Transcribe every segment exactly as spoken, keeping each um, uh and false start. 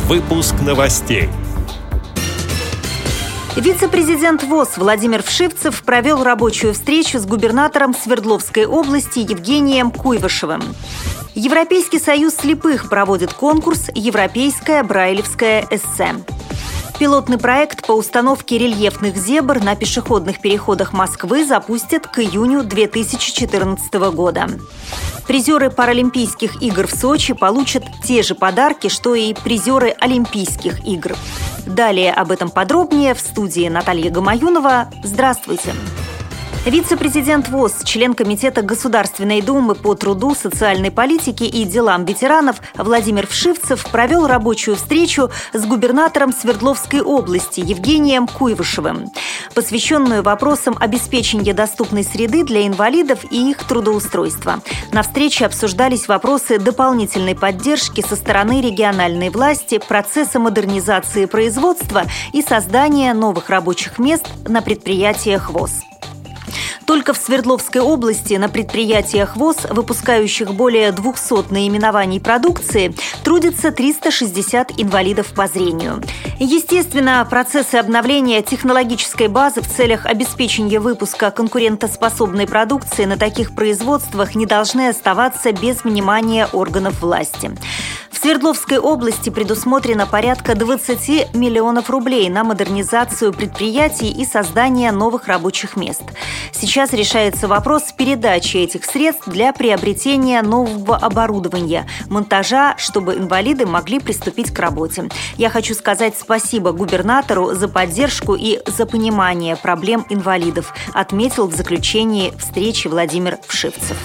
Выпуск новостей. Вице-президент ВОС Владимир Вшивцев провел рабочую встречу с губернатором Свердловской области Евгением Куйвашевым. Европейский союз слепых проводит конкурс «Европейское брайлевское эссе». Пилотный проект по установке рельефных зебр на пешеходных переходах Москвы запустят к июню две тысячи четырнадцатого года. Призеры Паралимпийских игр в Сочи получат те же подарки, что и призеры Олимпийских игр. Далее об этом подробнее в студии Наталья Гамаюнова. Здравствуйте! Вице-президент ВОС, член Комитета Государственной Думы по труду, социальной политике и делам ветеранов Владимир Вшивцев провел рабочую встречу с губернатором Свердловской области Евгением Куйвашевым, посвященную вопросам обеспечения доступной среды для инвалидов и их трудоустройства. На встрече обсуждались вопросы дополнительной поддержки со стороны региональной власти, процесса модернизации производства и создания новых рабочих мест на предприятиях ВОС. Только в Свердловской области на предприятиях ВОС, выпускающих более двухсот наименований продукции, трудится триста шестьдесят инвалидов по зрению. Естественно, процессы обновления технологической базы в целях обеспечения выпуска конкурентоспособной продукции на таких производствах не должны оставаться без внимания органов власти. В Свердловской области предусмотрено порядка двадцати миллионов рублей на модернизацию предприятий и создание новых рабочих мест. Сейчас решается вопрос передачи этих средств для приобретения нового оборудования, монтажа, чтобы инвалиды могли приступить к работе. Я хочу сказать спасибо губернатору за поддержку и за понимание проблем инвалидов, отметил в заключении встречи Владимир Вшивцев.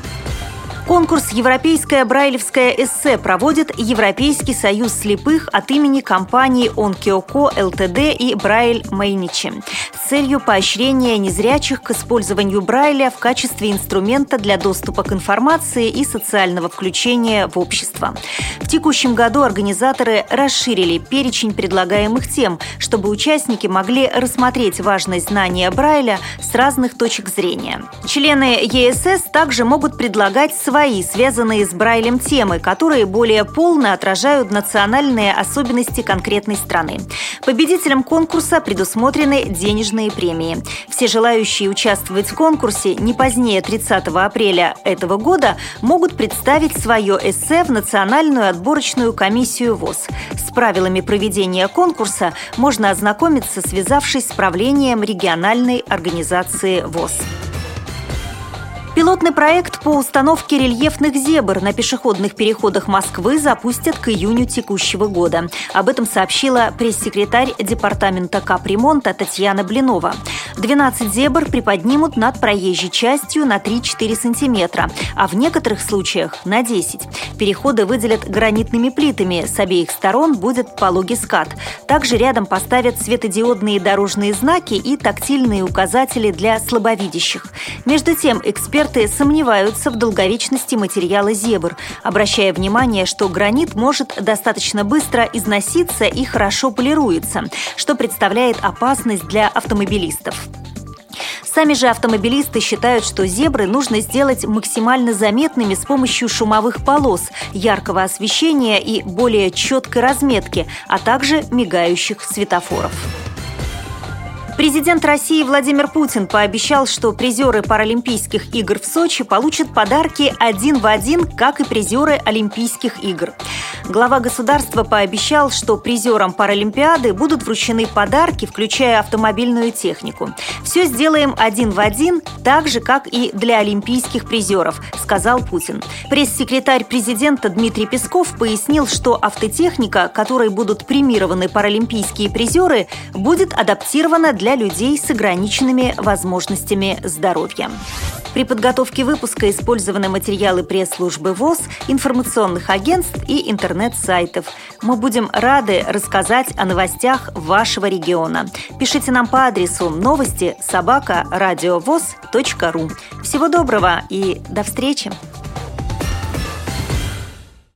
Конкурс «Европейское брайлевское эссе» проводит Европейский союз слепых от имени компаний «Онкиоко ЛТД» и «Брайль Мейничи» с целью поощрения незрячих к использованию Брайля в качестве инструмента для доступа к информации и социального включения в общество. В текущем году организаторы расширили перечень предлагаемых тем, чтобы участники могли рассмотреть важность знания Брайля с разных точек зрения. Члены ЕСС также могут предлагать свои Свои, связанные с Брайлем темы, которые более полно отражают национальные особенности конкретной страны. Победителям конкурса предусмотрены денежные премии. Все желающие участвовать в конкурсе не позднее тридцатого апреля этого года могут представить свое эссе в Национальную отборочную комиссию ВОС. С правилами проведения конкурса можно ознакомиться, связавшись с правлением региональной организации ВОС. Пилотный проект по установке рельефных зебр на пешеходных переходах Москвы запустят к июню текущего года. Об этом сообщила пресс-секретарь департамента капремонта Татьяна Блинова. двенадцать зебр приподнимут над проезжей частью на три-четыре сантиметра, а в некоторых случаях на десять. Переходы выделят гранитными плитами, с обеих сторон будет пологий скат. Также рядом поставят светодиодные дорожные знаки и тактильные указатели для слабовидящих. Между тем, эксперты сомневаются в долговечности материала зебр, обращая внимание, что гранит может достаточно быстро износиться и хорошо полируется, что представляет опасность для автомобилистов. Сами же автомобилисты считают, что зебры нужно сделать максимально заметными с помощью шумовых полос, яркого освещения и более четкой разметки, а также мигающих светофоров. Президент России Владимир Путин пообещал, что призеры Паралимпийских игр в Сочи получат подарки один в один, как и призеры Олимпийских игр. Глава государства пообещал, что призерам Паралимпиады будут вручены подарки, включая автомобильную технику. «Все сделаем один в один, так же, как и для олимпийских призеров», — сказал Путин. Пресс-секретарь президента Дмитрий Песков пояснил, что автотехника, которой будут премированы паралимпийские призеры, будет адаптирована для людей с ограниченными возможностями здоровья. При подготовке выпуска использованы материалы пресс-службы ВОС, информационных агентств и интернет-сайтов. Мы будем рады рассказать о новостях вашего региона. Пишите нам по адресу новости собака радиовос точка ру. Всего доброго и до встречи!